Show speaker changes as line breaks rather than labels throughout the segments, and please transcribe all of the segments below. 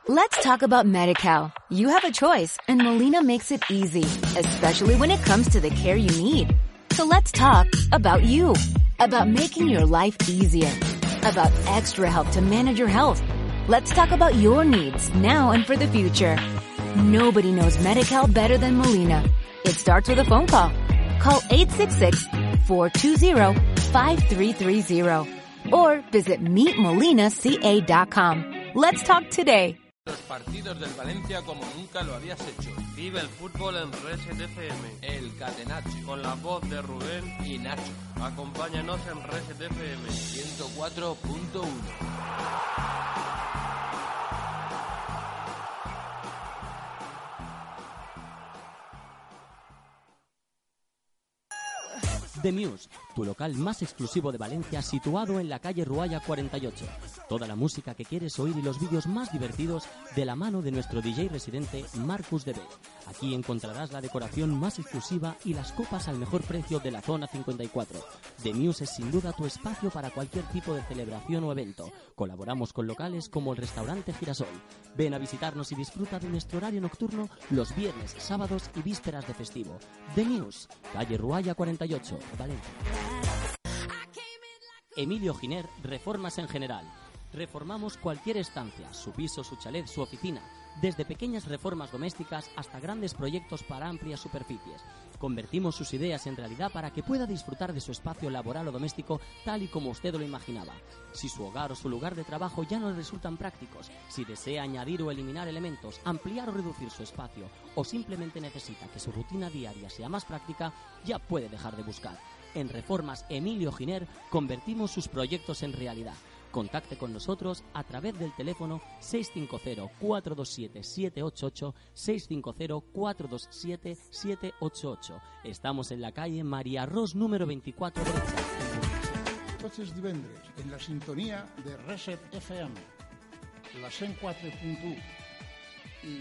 Let's talk about Medi-Cal. You have a choice, and Molina makes it easy, especially when it comes to the care you need. So let's talk about you, about making your life easier, about extra help to manage your health. Let's talk about your needs now and for the future. Nobody knows Medi-Cal better than Molina. It starts with a phone call. Call 866-420-5330 or visit meetmolinaca.com. Let's talk today.
Los partidos del Valencia como nunca lo habías hecho.
Vive el fútbol en Reset FM.
El Catenaccio.
Con la voz de Rubén
y Nacho.
Acompáñanos en Reset FM
104.1.
The Muse, tu local más exclusivo de Valencia, situado en la calle Ruaya 48. Toda la música que quieres oír y los vídeos más divertidos de la mano de nuestro DJ residente Marcus DB. Aquí encontrarás la decoración más exclusiva y las copas al mejor precio de la zona 54. The Muse es sin duda tu espacio para cualquier tipo de celebración o evento. Colaboramos con locales como el restaurante Girasol. Ven a visitarnos y disfruta de nuestro horario nocturno los viernes, sábados y vísperas de festivo. The Muse, calle Ruaya 48. Valencia. Emilio Giner, Reformas en General. Reformamos cualquier estancia, su piso, su chalet, su oficina, desde pequeñas reformas domésticas hasta grandes proyectos para amplias superficies. Convertimos sus ideas en realidad para que pueda disfrutar de su espacio laboral o doméstico tal y como usted lo imaginaba. Si su hogar o su lugar de trabajo ya no le resultan prácticos, si desea añadir o eliminar elementos, ampliar o reducir su espacio, o simplemente necesita que su rutina diaria sea más práctica, ya puede dejar de buscar. En Reformas Emilio Giner convertimos sus proyectos en realidad. Contacte con nosotros a través del teléfono 650-427-788, 650-427-788. Estamos en la calle María Ros, número 24 derecha.
Tots els divendres, en la sintonia de Reset FM, la 104.1 i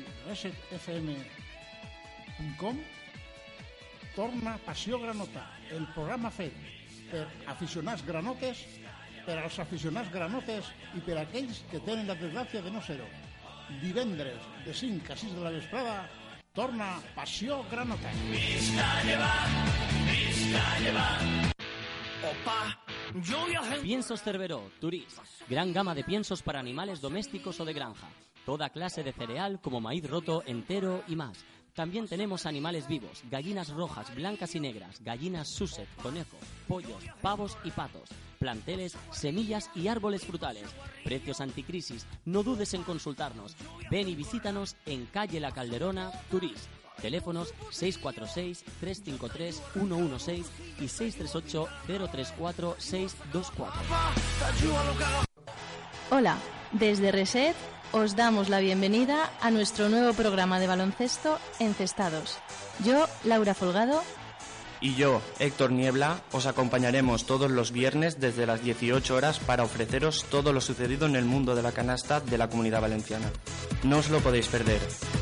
resetfm.com, torna Passió Granota, el programa fet per aficionats granotes, per als aficionats granotes i per aquells que tenen la desgràcia de no ser-ho. Divendres, de 5 a 6 de la vesprada, torna Passió Granota.
Visca llevar. Opa.
Piensos Cerveró, Turís. Gran gama de piensos para animales domésticos o de granja. Toda clase de cereal como maíz roto, entero y más. También tenemos animales vivos, gallinas rojas, blancas y negras, gallinas Sussex, conejos, pollos, pavos y patos, planteles, semillas y árboles frutales. Precios anticrisis, no dudes en consultarnos. Ven y visítanos en calle La Calderona, Turís. Teléfonos 646-353-116 y 638-034-624.
Hola, desde Reset os damos la bienvenida a nuestro nuevo programa de baloncesto Encestados. Yo, Laura Folgado.
Y yo, Héctor Niebla, os acompañaremos todos los viernes desde las 18 horas para ofreceros todo lo sucedido en el mundo de la canasta de la Comunidad Valenciana. No os lo podéis perder.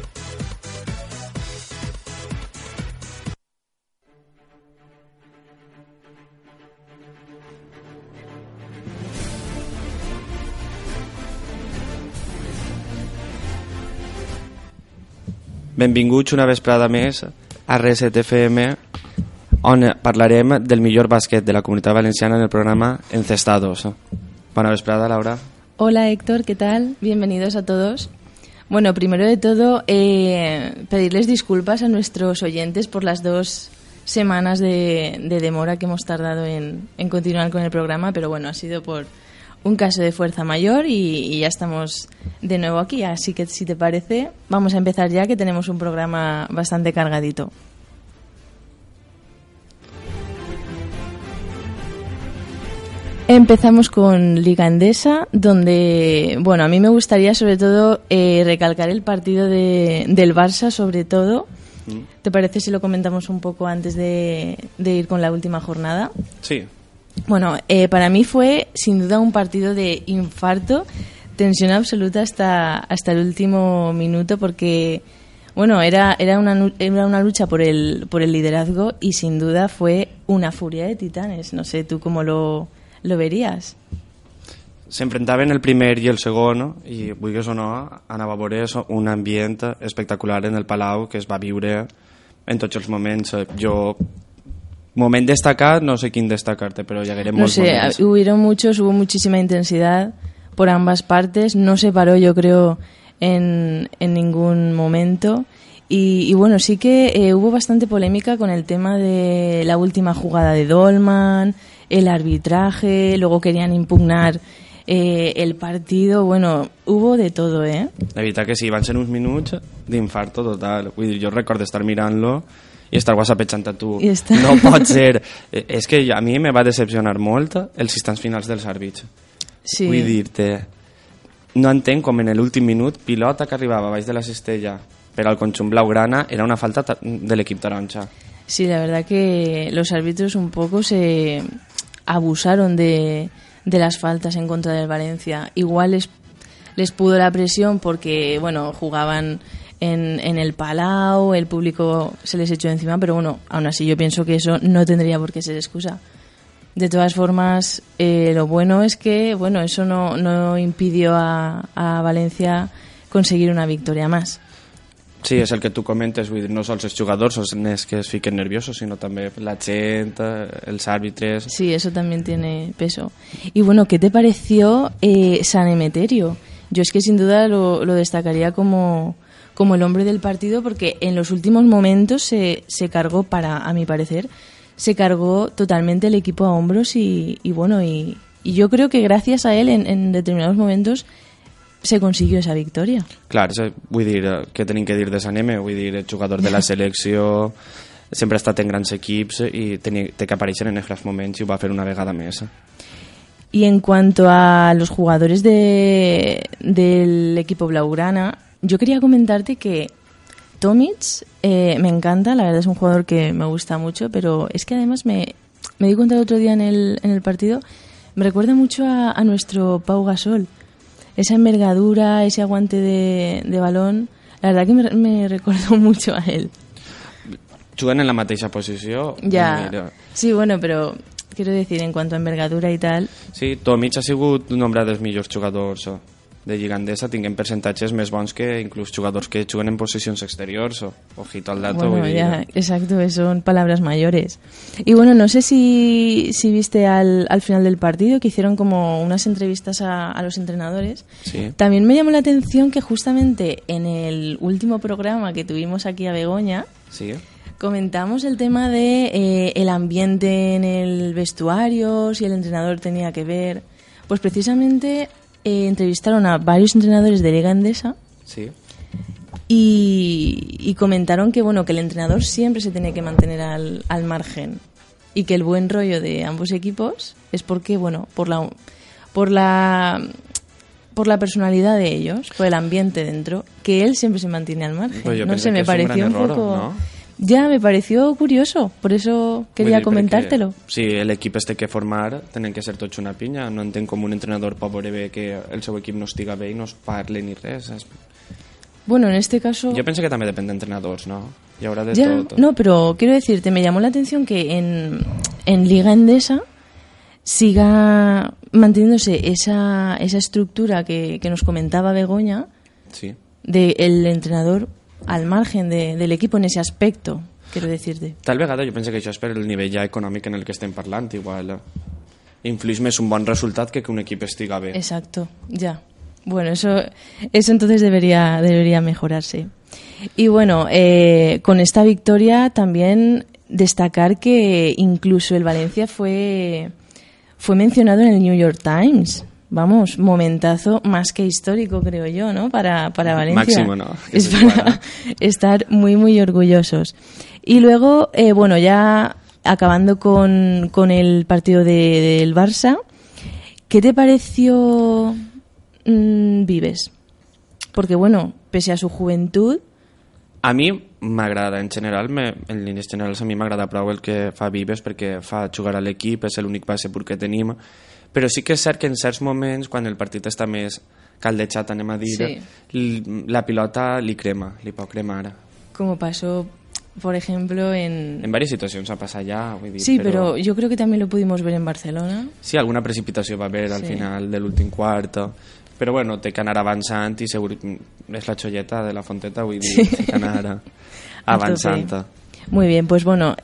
Benvinguts una vesprada més a Reset FM, on parlarem del millor bàsquet de la Comunitat Valenciana en el programa Encestados. Buena vesprada, Laura.
Hola, Héctor, ¿qué tal? Bienvenidos a todos. Bueno, primero de todo, pedirles disculpas a nuestros oyentes por las 2 semanas de demora que hemos tardado en continuar con el programa, pero bueno, ha sido por un caso de fuerza mayor y ya estamos de nuevo aquí. Así que, si te parece, vamos a empezar ya, que tenemos un programa bastante cargadito. Empezamos con Liga Endesa, donde, bueno, a mí me gustaría sobre todo recalcar el partido del Barça, sobre todo. ¿Te parece si lo comentamos un poco antes de ir con la última jornada?
Sí.
Bueno, para mí fue sin duda un partido de infarto, tensión absoluta hasta el último minuto, porque bueno, era una lucha por el liderazgo y sin duda fue una furia de titanes. No sé tú cómo lo verías.
s'enfrontaven el primer i el segon i, vulguis o no, anava a veure un ambient espectacular en el Palau que es va viure en tots els moments. Jo, moment destacat, no sé quin destacar-te, però hi hagueren molts moments.
Hubo muchísima intensidad por ambas partes, no se paró, yo creo, en ningún momento. Y bueno, sí que hubo bastante polémica con el tema de la última jugada de Dolman, el arbitraje, luego querían impugnar el partido, bueno, hubo de todo, La
veritat que sí, van ser uns minuts d'infarto total. Vull dir, jo recordo estar mirant-lo i estar whatsappejant a tu. No pot ser. És que a mi me va decepcionar molt els instants finals dels àrbits.
Sí.
Vull dir-te, no entenc com en l'últim minut pilota que arribava baix de la cistella per al conjunt blaugrana era una falta de l'equip taronja.
Sí, la verdad que los árbitros un poco se abusaron de las faltas en contra del Valencia. Igual les pudo la presión porque, bueno, jugaban en el Palau, el público se les echó encima, pero bueno, aún así yo pienso que eso no tendría por qué ser excusa. De todas formas, lo bueno es que, bueno, eso no impidió a Valencia conseguir una victoria más.
Sí, és el que tu comentes, vull dir, no sols els jugadors són els que es fiquen nerviosos, sinó també la gent, els àrbitres...
Sí, eso también tiene peso. Y bueno, ¿qué te pareció San Emeterio? Yo es que sin duda lo destacaría como el hombre del partido, porque en los últimos momentos se cargó, a mi parecer, se cargó totalmente el equipo a hombros y bueno, y yo creo que gracias a él en determinados momentos se consiguió esa victòria.
Clar, vull dir, què tenim que dir de Sant Eme? Vull dir, el jugador de la selecció sempre ha estat en grans equips i té que aparèixer en els moments i ho va fer una vegada més.
Y en cuanto a los jugadores del equipo blaugrana, yo quería comentarte que Tomic me encanta, la verdad es un jugador que me gusta mucho, pero es que además me di cuenta el otro día en el partido, me recuerda mucho a nuestro Pau Gasol. Esa envergadura, ese aguante de balón, la verdad que me recordó mucho a él.
Juguen en la mateixa posició?
Ya, sí, bueno, pero quiero decir, en cuanto a envergadura y tal...
Sí, Tomic ha sigut un nombre dels millors jugadors de Lliga Endesa, tinguem percentatges més bons que inclús jugadors que juguen en posicions exteriors. Ojito al dato.
Bueno, ya, exacto, son palabras mayores. Y bueno, no sé si viste al final del partido que hicieron como unas entrevistas a los entrenadores.
Sí.
También me llamó la atención que justamente en el último programa que tuvimos aquí a Begoña,
sí,
comentamos el tema de el ambiente en el vestuario, si el entrenador tenía que ver. Pues precisamente entrevistaron a varios entrenadores de Liga Endesa,
sí,
y comentaron que bueno, que el entrenador siempre se tiene que mantener al margen y que el buen rollo de ambos equipos es porque bueno, por la personalidad de ellos, por el ambiente dentro, que él siempre se mantiene al margen.
Pues
no sé, me pareció un poco...
¿no?
Ya, me pareció curioso, por eso quería comentártelo.
Si l'equip es té que formar, tenen que ser tots una pinya. No entenc com un entrenador pot veure bé que el seu equip no estiga bé i no es parle ni res.
Bueno, en este caso...
Yo pensé que también depende de entrenadors, ¿no? Y ahora de
ya,
todo.
No, pero quiero decirte, me llamó la atención que en Liga Endesa siga manteniéndose esa estructura que nos comentaba Begoña,
sí,
del entrenador al margen del equipo en ese aspecto, quiero decirte.
Tal vegada jo penso que això és per el nivell ja econòmic en el que estem parlant, igual influís més un bon resultat que un equip estiga bé.
Exacto, ya. Bueno, eso entonces debería mejorarse. Y bueno, con esta victoria también destacar que incluso el Valencia fue mencionado en el New York Times. Vamos, momentazo más que histórico, creo yo, ¿no? Para Valencia.
Máximo, ¿no?
Es para estar muy, muy orgullosos. Y luego, bueno, ya acabando con el partido del Barça, ¿qué te pareció Vives? Porque, bueno, pese a su juventud...
A mi m'agrada, en general, en línies generals, a mi m'agrada prou el que fa Vives perquè fa jugar a l'equip, és l'únic base pur que tenim, però sí que és cert que en certs moments, quan el partit està més caldejat, anem a dir, sí, la pilota li pot cremar.
Como pasó por ejemplo,
En varias situacions ha passat ja, vull dir,
Sí, pero yo creo que también lo pudimos ver en Barcelona.
Sí, alguna precipitació va haver al
Sí.
final de l'últim quart, però bueno, té que anar avançant i segur és la xolleta de la Fonteta, vull dir,
Sí.
té que anar avançant.
Muy bien, pues bueno,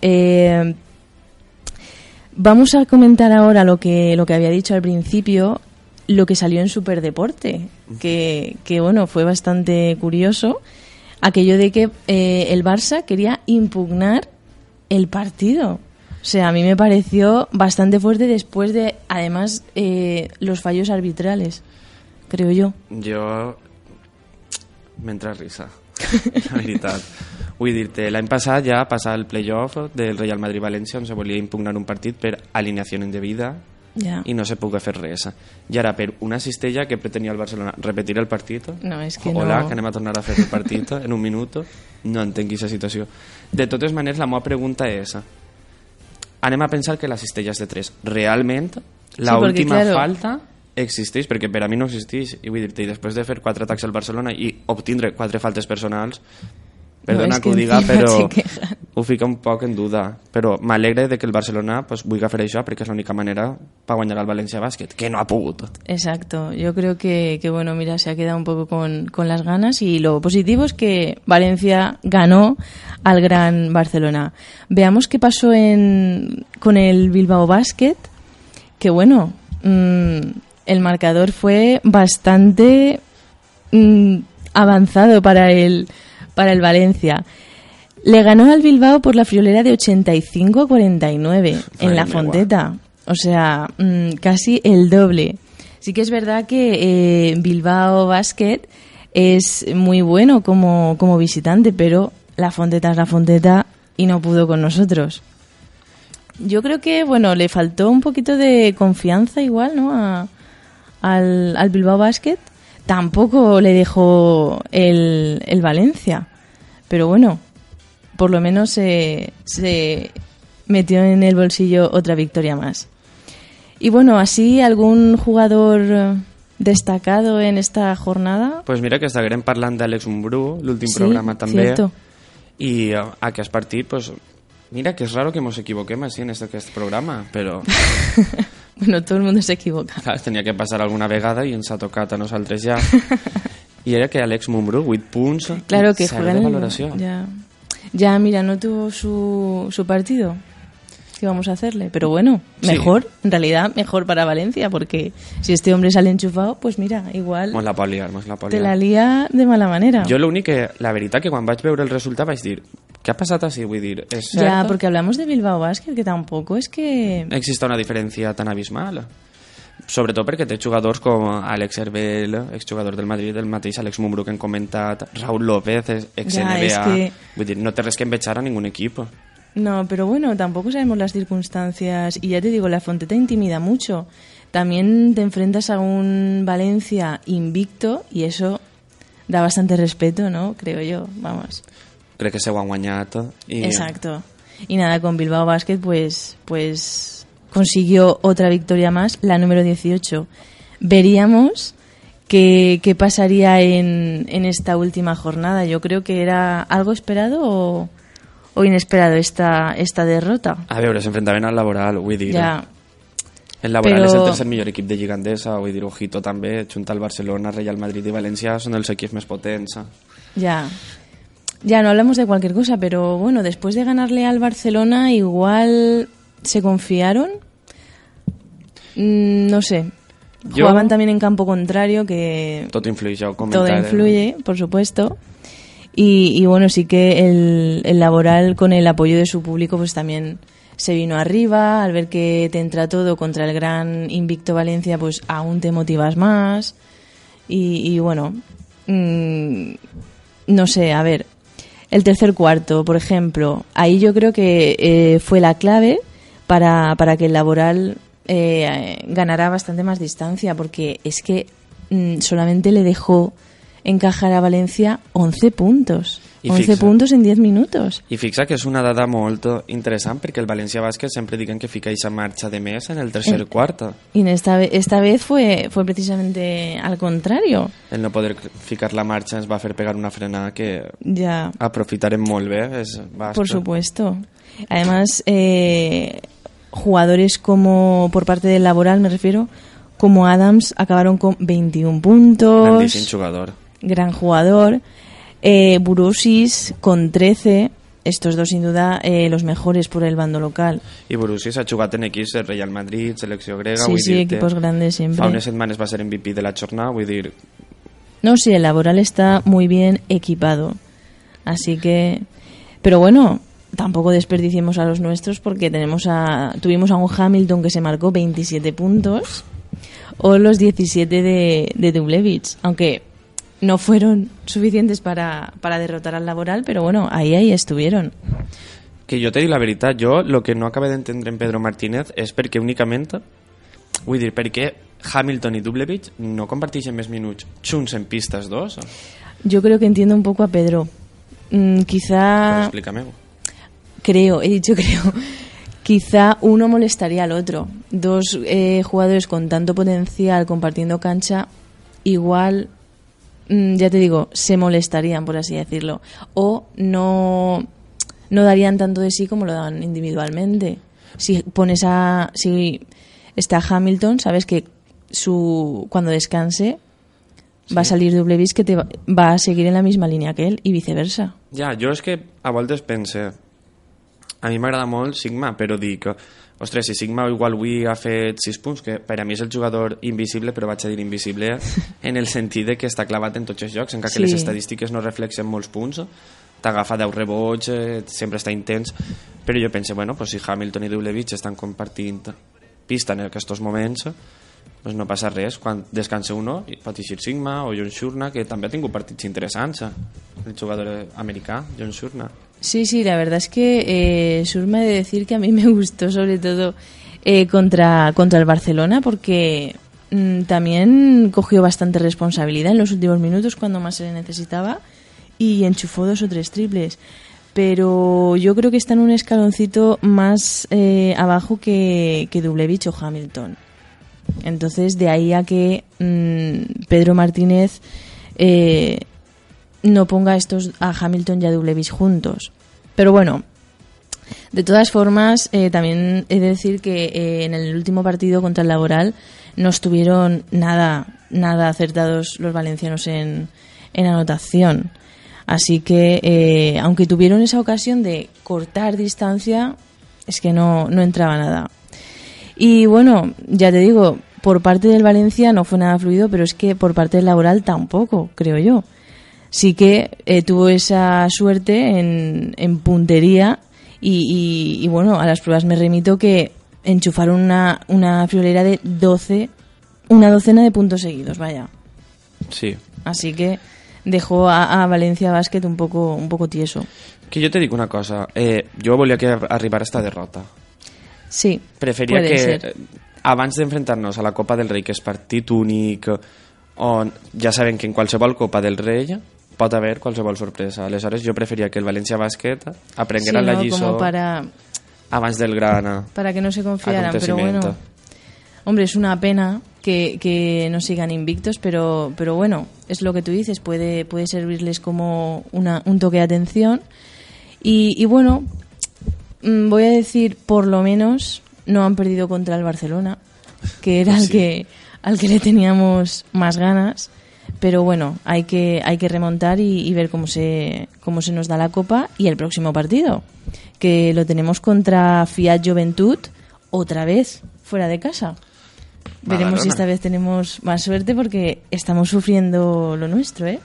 vamos a comentar ahora lo que había dicho al principio, lo que salió en Superdeporte, que bueno, fue bastante curioso, aquello de que el Barça quería impugnar el partido. O sea, a mí me pareció bastante fuerte después de, además, los fallos arbitrales, creo yo.
Jo m'entra risa, la veritat. Vull dir-te, l'any passat ja passar el playoff del Real Madrid-València on se volia impugnar un partit per alineació indebida
Ya.
i no se pogué fer res. I ara per una cistella que pretenia el Barcelona repetir el partit,
No, és que
hola,
no.
que anem a tornar a fer el partit en un minut, no entenc aquesta situació. De totes maneres, la meva pregunta és, anem a pensar que la cistella és de 3. Realment, la
perquè,
última
claro,
falta existeix, perquè per a mi no existeix, i vull dir-te, i després de fer 4 atacs al Barcelona i obtindre 4 faltes personals, perdona
és
que ho
que
diga,
encima
però
se quejan.
ho fica un poc en duda. Però m'alegre de que el Barcelona pues, vulgui fer això, perquè és l'única manera per guanyar al València Bàsquet, que no ha pogut.
Exacto, yo creo que bueno, mira, se ha quedado un poco con las ganas y lo positivo es que Valencia ganó al Gran Barcelona. Veamos qué pasó con el Bilbao Basket, que bueno, el marcador fue bastante avanzado para el Valencia. Le ganó al Bilbao por la friolera de 85-49 en la Fonteta. O sea, casi el doble. Sí que es verdad que Bilbao Basket es muy bueno como visitante, pero la Fonteta es la Fonteta y no pudo con nosotros. Yo creo que, bueno, le faltó un poquito de confianza igual, ¿no? Al Bilbao Basket. Tampoco le dejó el Valencia. Pero bueno, por lo menos se metió en el bolsillo otra victoria más. Y bueno, ¿así algún jugador destacado en esta jornada?
Pues mira que estaríem parlant d'Àlex Mumbrú, l'últim
Sí,
programa també.
cierto.
I aquest partit, pues, mira que és raro que nos equivoquem així en aquest programa, però
Bueno, todo el mundo se equivoca.
clar, tenia que passar alguna vegada i ens ha tocat a nosaltres ja. I era que Àlex Mumbrú, 8 punts,
Claro que
0
juega
de
en el...
valoració.
Ya, mira, no tuvo su partido. ¿Qué vamos a hacerle? Pero bueno,
Sí.
mejor, en realidad, mejor para Valencia, porque si este hombre sale enchufado, pues mira, igual
Mos la pot liar, mos la pot
te la
liar.
lía de mala manera.
Jo l'únic que, la veritat, que quan vaig veure el resultat vaig dir, què ha passat així? Vull dir, és cert
Ya, porque hablamos de Bilbao Basket, que tampoco es que...
existe una diferència tan abismal. Sobretot perquè té jugadors com Alex Herbel, exjugador del Madrid, el mateix Àlex Mumbrú que hem comentat, Raúl López, ex-NBA.
Ja, és que-
Vull dir, no té res que envejar a ningún equip.
No, pero bueno, tampoco sabemos las circunstancias. Y ya te digo, la Fonteta intimida mucho. También te enfrentas a un Valencia invicto y eso da bastante respeto, ¿no? Creo yo, vamos.
Crec que se ho han guanyat. I
Exacto. Y nada, con Bilbao Basket pues consiguió otra victoria más, la número 18. Veríamos qué pasaría en esta última jornada. Yo creo que era algo esperado o inesperado esta derrota.
A veure, s'enfrontaven al Laboral, vull dir.
Ya,
El Laboral
Però-
és el tercer millor equip de Lliga Endesa, vull dir, ojito també, junt al Barcelona, Real Madrid i València són els equips més potents.
ya. Ya, no hablamos de cualquier cosa, pero bueno, después de ganarle al Barcelona, igual se confiaron. No sé.
Yo-
Jugaban también en campo contrario, que
Tot influeix, ja ho
todo
comentaré.
influye, por supuesto. Y bueno, sí que el Laboral, con el apoyo de su público, pues también se vino arriba. Al ver que te entra todo contra el gran invicto Valencia, pues aún te motivas más. Y bueno, no sé, a ver, el tercer cuarto, por ejemplo, ahí yo creo que fue la clave para que el Laboral ganara bastante más distancia, porque es que solamente le dejó encajar a Valencia 11 puntos. 11 puntos en 10 minutos.
I fixa que és una dada molt interessant perquè el València Bàsquet sempre diuen que fica esa marxa de més en el tercer quart.
Y esta vez fue precisamente al contrario.
El no poder ficar la marxa ens va fer pegar una frenada que
Ya.
aprofitarem molt bé. És bàsquet.
Por supuesto. Además, jugadores como, por parte del Laboral me refiero, como Adams acabaron con 21 puntos.
Grandíssim jugador.
Gran jugador. Burusis con 13. Estos dos sin duda los mejores por el bando local.
I Borussia s'ha jugat en equips del Real Madrid, selecció grega,
Sí,
vull
sí,
dir-te,
equipos grandes siempre.
fa unes setmanes va ser MVP de la jornada, vull dir,
No, sí, el Laboral está muy bien equipado. Así que... Pero bueno, tampoco desperdiciemos a los nuestros porque tuvimos a un Hamilton que se marcó 27 puntos o los 17 de Dublevich, aunque no fueron suficientes para derrotar al Laboral, pero bueno, ahí estuvieron.
que jo te dic la veritat, jo el que no acabo d'entendre en Pedro Martínez és perquè únicament, vull dir, perquè Hamilton i Dublevich no comparteixen més minuts junts en pistes dos?
Yo creo que entiendo un poco a Pedro.
Però
Quizá...
explícame-ho.
He dicho creo. Quizá uno molestaría al otro. Dos jugadores con tanto potencial compartiendo cancha, igual, ya te digo, se molestarían, por así decirlo. O no darían tanto de sí como lo dan individualmente. Si está Hamilton, sabes que cuando descanse va a salir Dublevich que va a seguir en la misma línea que él y viceversa.
Ja, jo és que a voltes pense, a mi m'agrada molt Sigma, però dic, ostres, si Sigma igual avui ha fet 6 punts, que per a mi és el jugador invisible, però vaig a dir invisible en el sentit de que està clavat en tots els jocs, encara que les estadístiques no reflexen molts punts, t'agafa 10 rebots, sempre està intens, però jo penso, bueno, pues si Hamilton i Dublevich estan compartint pista en aquests moments, pues no passa res, quan descansa uno pot eixir Sigma o John Shurna, que també ha tingut partits interessants, el jugador americà, John Shurna.
Sí, la verdad es que Surma he de decir que a mí me gustó sobre todo contra el Barcelona porque también cogió bastante responsabilidad en los últimos minutos cuando más se le necesitaba y enchufó 2 o 3 triples. Pero yo creo que está en un escaloncito más abajo que Dublevich o Hamilton. Entonces, de ahí a que Pedro Martínez no ponga a Hamilton y a Dublevich juntos. Pero bueno, de todas formas, también he de decir que en el último partido contra el Laboral no estuvieron nada acertados los valencianos en anotación. Así que, aunque tuvieron esa ocasión de cortar distancia, es que no entraba nada. Y bueno, ya te digo, por parte del Valencia no fue nada fluido, pero es que por parte del Laboral tampoco, creo yo. Sí que tuvo esa suerte en puntería y bueno, a las pruebas me remito que enchufaron una friolera de una docena de puntos seguidos, vaya.
Sí.
Así que dejó a Valencia Bàsquet un poco tieso.
Que jo te dic una cosa, jo volia que arribara esta derrota.
Sí,
preferia
puede
que
ser.
Abans d'enfrontar-nos a la Copa del Rei, que és partit únic, on ja sabem que en qualsevol Copa del Rei pot haver qualsevol sorpresa. Aleshores jo preferia que el València Bàsquet aprenguera la lliçó abans del gran
para que no se confiaran, pero bueno, hombre, es una pena que no sigan invictos, pero bueno, es lo que tú dices, puede servirles como un toque de atención y bueno, voy a decir, por lo menos no han perdido contra el Barcelona, que era al que le teníamos más ganas, pero bueno, hay que remontar y ver cómo se nos da la Copa y el próximo partido, que lo tenemos contra Fiat Joventut, otra vez fuera de casa. Veremos si esta vez tenemos más suerte porque estamos sufriendo lo nuestro, ¿eh?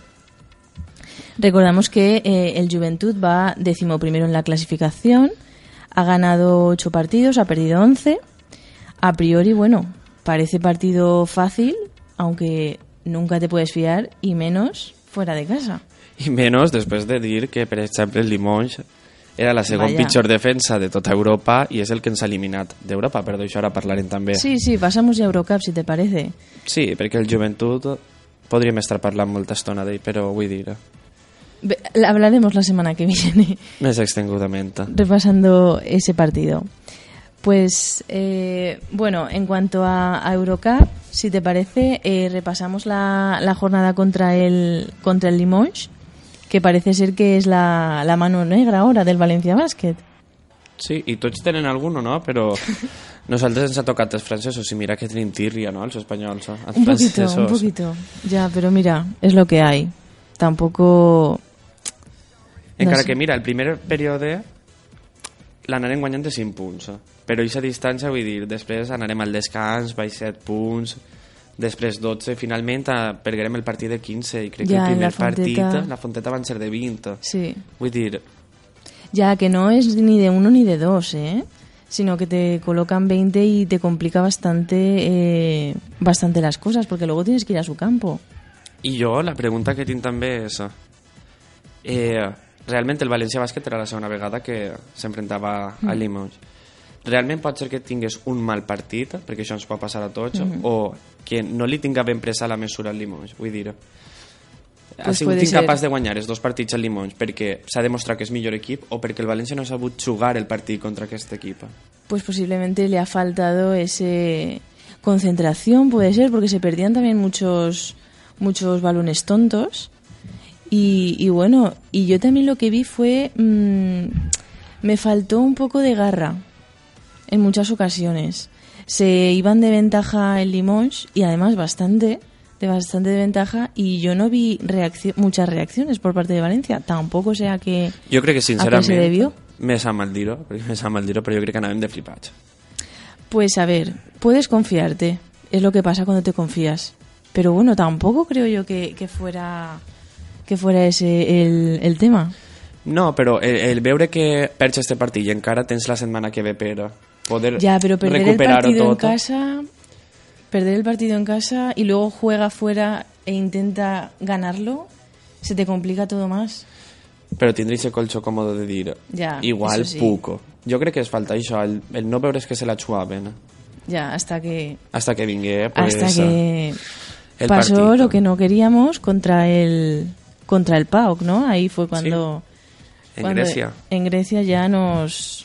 Recordamos que el Joventut va 11º en la clasificación, ha ganado 8 partidos, ha perdido 11. A priori, bueno, parece partido fácil, aunque nunca te puedes fiar, y menos fuera de casa.
I menys després de dir que, per exemple, el Limoges era la segona pitjor defensa de tota Europa i és el que ens ha eliminat d'Europa, però d'això ara parlarem també.
Sí, pasamos a Eurocup, si te parece.
Sí, perquè el Joventut podríem estar parlant molta estona d'ell, però vull dir...
Hablaremos la semana que viene.
Més extengudamente.
Repasando ese partido. Pues, bueno, en cuanto a Eurocup, si te parece, repasamos la jornada contra el Limoges, que parece ser que es la mano negra ahora del Valencia Basket.
Sí, i tots tenen alguno, no? Però nosaltres ens ha tocat els francesos i mira que tenim tírria, no? Els espanyols. Els
un poquito. Ya, pero mira, es lo que hay. Tampoco...
Encara que, mira, el primer període l'anarem guanyant de 5 punts. Però aquesta distància, vull dir, després anarem al descans, baix 7 punts, després 12, finalment perderem el partit de 15 i crec que el primer partit, la Fonteta van ser de 20.
Sí.
Vull dir...
Ya, que no es ni de 1 ni de 2, sino que te colocan 20 y te complica bastante las cosas, porque luego tienes que ir a su campo.
I jo, la pregunta que tinc també és... realment el València Bàsquet era la segona vegada que s'enfrontava al Limoges. Realment pot ser que tingués un mal partit, perquè això ens pot passar a tots, o que no li tinga ben presa la mesura al Limoges. Vull dir, ha sigut incapaç de guanyar els 2 partits al Limoges perquè s'ha demostrat que és millor equip o perquè el València no ha sabut jugar el partit contra aquest equip.
Pues posiblemente le ha faltado ese concentración, puede ser, porque se perdían también muchos balones tontos. Y bueno, y yo también lo que vi fue... me faltó un poco de garra en muchas ocasiones. Se iban de ventaja el Limoges y además bastante de ventaja, y yo no vi muchas reacciones por parte de Valencia. Tampoco sé a qué
jo crec que sincerament
se debió.
Me sap mal dir-ho, però jo crec que anàvem de flipats.
Pues a ver, puedes confiarte, es lo que pasa cuando te confías, pero bueno, tampoco creo yo que fuera ese el tema.
No, però el veure que perds este partit i encara tens la setmana que ve per poder
ya, pero
recuperar-ho tot...
Perder el partido en casa y luego juega fuera e intenta ganarlo, se te complica todo más.
Però tindre ese colxo còmode de dir igual
sí.
puc. Jo crec que es falta això, el no veure que se la xuaven.
Ya, hasta que
vingué pues,
hasta que
el
pasó
partido.
lo que no queríamos contra el PAOK, ¿no? Ahí fue cuando...
Sí. Grecia.
En Grecia ya nos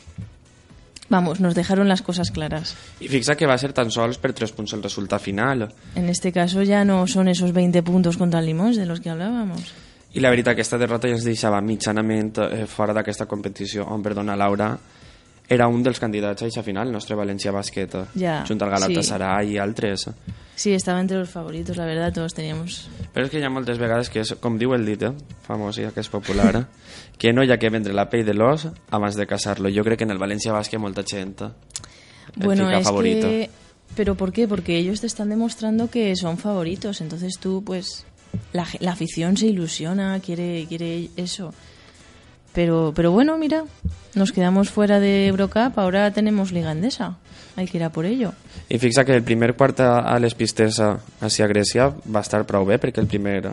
dejaron las cosas claras.
I fixa que va ser tan sols per 3 punts el resultat final.
En este caso ya no son esos 20 puntos contra el Limoges de los que hablábamos.
I la veritat, aquesta derrota ja ens deixava mitjanament fora d'aquesta competició, on, perdona, Laura, era un dels candidats a aquesta final, el nostre València Bàsquet, junt al Galatasaray i altres.
Sí, estaba entre los favoritos, la verdad, todos teníamos...
Però és que hi ha moltes vegades que és, com diu el dit, famós i que és popular, que no hi ha que vendre la pell de l'os abans de casar-lo. Jo crec que en el València Bàsquet molta gent
bueno,
fica favorito.
¿Pero por qué? Porque ellos te están demostrando que son favoritos, entonces tú, pues, la afición se ilusiona, quiere eso. Pero bueno, mira, nos quedamos fuera de Eurocup, ahora tenemos Liga Endesa, hay que ir a por ello.
I fixa que el primer quart a les pistes hacia Grècia va estar prou bé, perquè el primer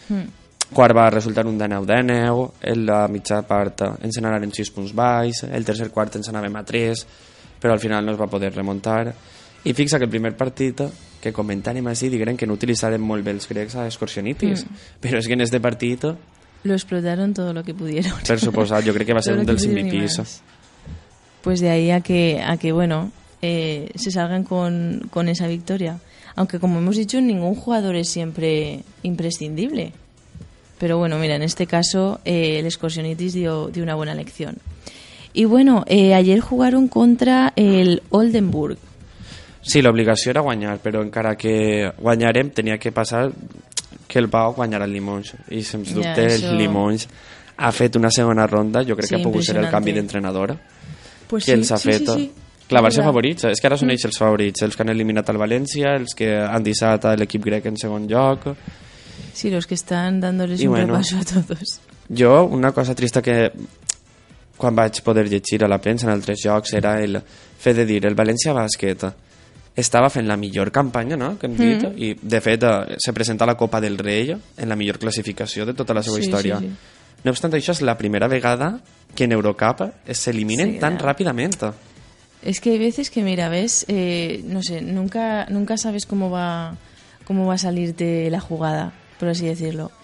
quart va resultar un 19-19, en la mitja part ens anaren 6 punts baix, el tercer quart ens anàvem a 3, però al final no es va poder remuntar. I fixa que el primer partit, que comentàrem així, digueren que no utilitzaren molt bé els grecs a Excursionitis, però és que en este partit...
Lo explotaron todo lo que pudieron.
Per suposat, jo crec que va ser un dels MVPs.
Pues de ahí a que bueno, se salgan con esa victoria. Aunque, como hemos dicho, ningún jugador es siempre imprescindible. Pero bueno, mira, en este caso el Excursionitis dio una buena lección. Y bueno, ayer jugaron contra el Oldenburg.
Sí, l'obligació era guanyar, però encara que guanyarem tenia que passar que el Pau guanyarà el Limoges. I sens dubte el Limoges ha fet una segona ronda, jo crec que ha pogut ser el canvi d'entrenador
pues
que els ha fet clavar-se favorits. És que ara són ells els favorits, els que han eliminat el València, els que han deixat l'equip grec en segon lloc.
Sí, los que están dándoles un repaso a todos.
Jo, una cosa trista que quan vaig poder llegir a la premsa en altres llocs era el fet de dir el València Bàsquet estava fent la millor campanya, no?, que hem dit, i de fet se presenta a la Copa del Rei en la millor classificació de tota la seva història. Sí. No obstant això, és la primera vegada que en Eurocup s'eliminen tan ràpidament.
Es que hay veces que, mira, ves, no sé, nunca sabes cómo va a salirte la jugada, por así decirlo.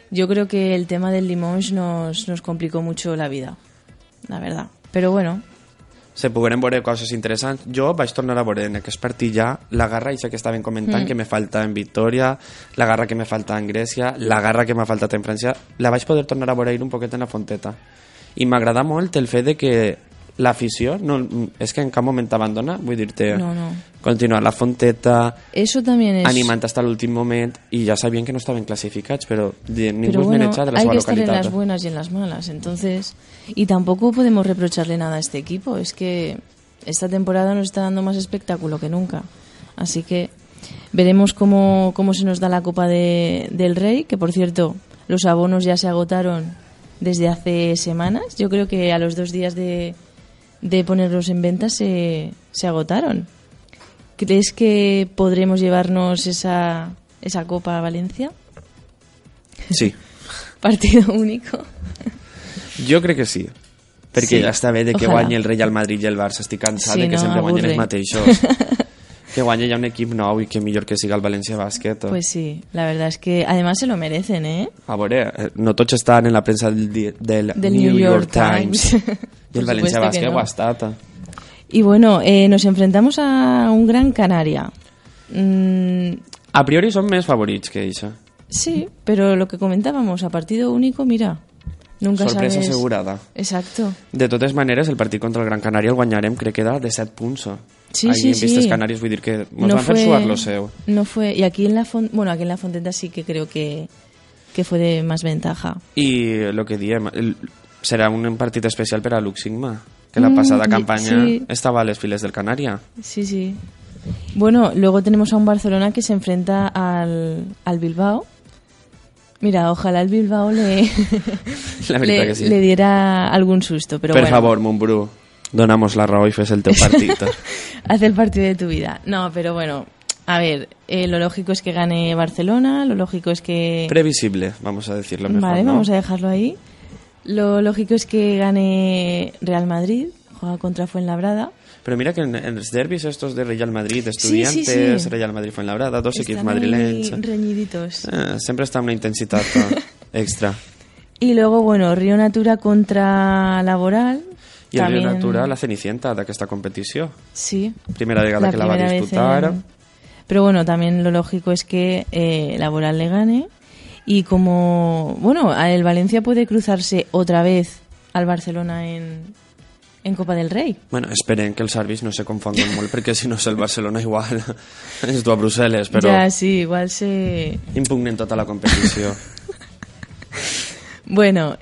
yo creo que el tema del Limoges nos complicó mucho la vida, la verdad. Però bueno,
se pogueren veure coses interessants. Jo vaig tornar a veure en aquest partit ja la garra això que estaven comentant que me falta en Victòria, la garra que me falta en Grècia, la garra que m'ha faltat en França, la vaig poder tornar a veure un poquet en la Fonteta. I m'agrada molt el fet de que l'afició no, és que en cap moment abandona, vull dir-te, continuar la Fonteta,
eso también es...
animant hasta l'últim moment, i ja sabien que no estaven clasificats, pero ningú
pero
es
bueno,
menecha de la
hay
seva
que estar
localitat.
en las buenas y en las malas, entonces, y tampoco podemos reprocharle nada a este equipo, es que esta temporada nos está dando más espectáculo que nunca, así que veremos cómo se nos da la Copa del Rey, que por cierto, los abonos ya se agotaron desde hace semanas, yo creo que a los 2 días de ponerlos en venta se agotaron. ¿Crees que podremos llevarnos esa Copa a Valencia?
Sí.
Partido único.
Jo crec que sí. Perquè
Sí,
ja està bé de que
ojalà.
guanyi el Real Madrid i el Barça. Estic cansat
Sí,
de que
no,
sempre guanyen els
avorre.
mateixos. Que guanyi ja un equip nou i que millor que siga el València Bàsquet.
Pues sí, la verdad es que además se lo merecen, ¿eh?
A veure, no tots estan en la premsa del New York Times. I el
Por
València
supuesto que
Bàsquet
no.
ho ha estat.
Y bueno, nos enfrentamos a un Gran Canaria.
A priori són més favorits que això.
Sí, pero lo que comentábamos, a partido único, mira, nunca
Sorpresa
sabes...
assegurada.
Exacto.
De totes maneres, el partit contra el Gran Canària el guanyarem, crec que era de 7 punts.
Sí,
Ahí
sí,
en Vistes
sí.
Canàries, vull dir que ens van fer suar lo seu.
No fue... Y aquí en la Fonteta sí que creo que fue de más ventaja.
I lo que diem, serà un partit especial per a l'Uxigma, que la passada campanya
sí.
estava a les files del Canària.
Sí, sí. Bueno, luego tenemos a un Barcelona que se enfrenta al Bilbao. Mira, ojalá el Bilbao
La veritat que sí.
le diera algún susto, pero
Per
bueno.
favor, Montbrú, donamos la raó y fes el teu partit.
Haz el partido de tu vida. No, pero bueno, a ver, lo lógico es que gane Barcelona, lo lógico es que...
Previsible, vamos a decirlo mejor,
Vale,
¿no?
vamos a dejarlo ahí. Lo lógico es que gane Real Madrid, juega contra Fuenlabrada.
Pero mira que en els derbis estos de Real Madrid,
Sí,
Estudiantes,
sí.
Real Madrid Fuenlabrada, dos equips
Están ahí
madrilenys,
reñiditos.
sempre està una intensitat extra.
Y luego, bueno, Río Natura contra Laboral.
I el Río
también...
Natura, la cenicienta d'aquesta competició.
Sí.
Primera vegada que la va
primera vez
disputar.
Pero bueno, también lo lógico es que Laboral le gane. Y como, bueno, el Valencia puede cruzarse otra vez al Barcelona en Copa del Rey.
Bueno, esperem que els àrbits no se confonguen molt, perquè si no és el Barcelona igual és tu a Brussel·les, però
Ya, sí, igual se...
impugnen tota la competició.
Bueno,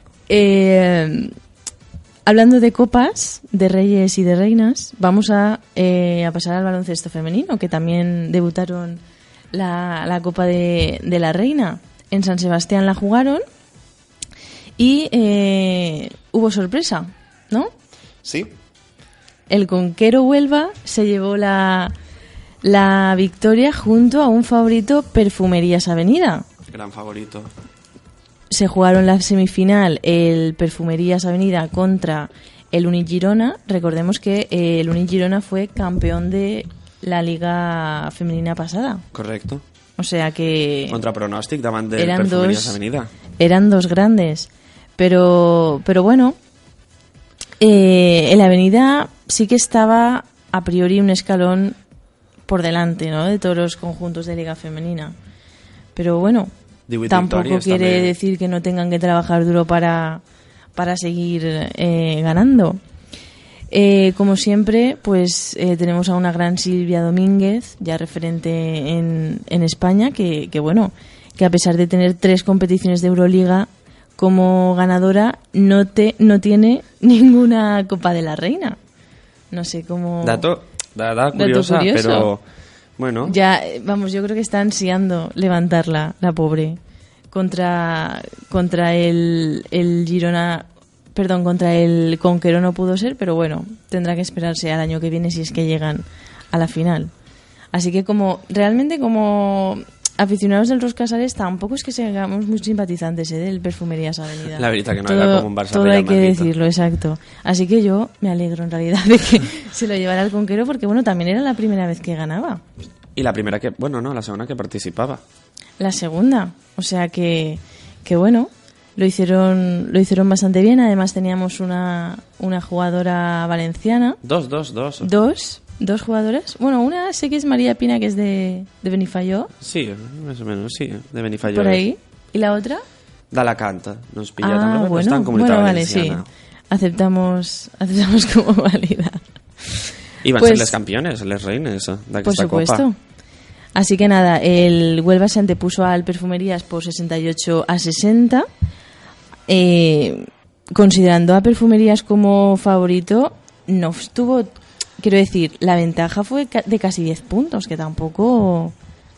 hablando de copas, de reyes y de reinas, vamos a pasar al baloncesto femenino, que también debutaron la Copa de la Reina. En San Sebastián la jugaron y hubo sorpresa, ¿no?
Sí.
El Conquero Huelva se llevó la victoria junto a un favorito, Perfumerías Avenida.
Gran favorito.
Se jugaron la semifinal el Perfumerías Avenida contra el Unic Girona. Recordemos que el Unic Girona fue campeón de la Liga Femenina pasada.
Correcto.
O sea que...
Contra pronòstic davant del
eran
Perfumerías
dos-
Avenida.
Eran dos grandes. Pero bueno, el Avenida sí que estaba a priori un escalón por delante, ¿no?, de todos los conjuntos de Liga Femenina. Pero bueno,
18
tampoco
victòries,
quiere
també.
decir que no tengan que trabajar duro para seguir ganando. Como siempre, pues tenemos a una gran Silvia Domínguez, ya referente en España, que bueno, que a pesar de tener 3 competiciones de Euroliga como ganadora, no tiene ninguna Copa de la Reina. No sé cómo...
Dato curiosa,
curioso.
pero bueno.
Ya, vamos, yo creo que está ansiando levantarla, la pobre, contra el Girona, perdón, contra el Conquero no pudo ser, pero bueno, tendrá que esperarse al año que viene si es que llegan a la final. Así que realmente como aficionados del Roscasares tampoco es que seamos muy simpatizantes del Perfumerías Avenida.
La verdad que no era como un Barça
todo
Real
hay que
Madrid.
decirlo, exacto. Así que yo me alegro en realidad de que se lo llevara el Conquero porque bueno, también era la primera vez que ganaba.
Y la primera que, bueno, no, la segunda que participaba.
La segunda. O sea que que bueno, lo hicieron bastante bien. Además teníamos una jugadora valenciana. Dos jugadoras. Bueno, una sé que es María Pina, que es de Benifaió.
Sí, más o menos, sí, de Benifaió.
Por ahí. ¿Y la otra?
D'Alacant. Nos pilla también,
bueno,
está en Comunitat Valenciana.
Vale, sí. Aceptamos como válida.
Y van a ser les campeones, les reines d'aquesta
Copa. Por supuesto.
Copa.
Así que nada, el Huelva se antepuso al Perfumerías por 68-60. Considerando a Perfumerías como favorito, no estuvo... Quiero decir, la ventaja fue de casi 10 puntos, que tampoco...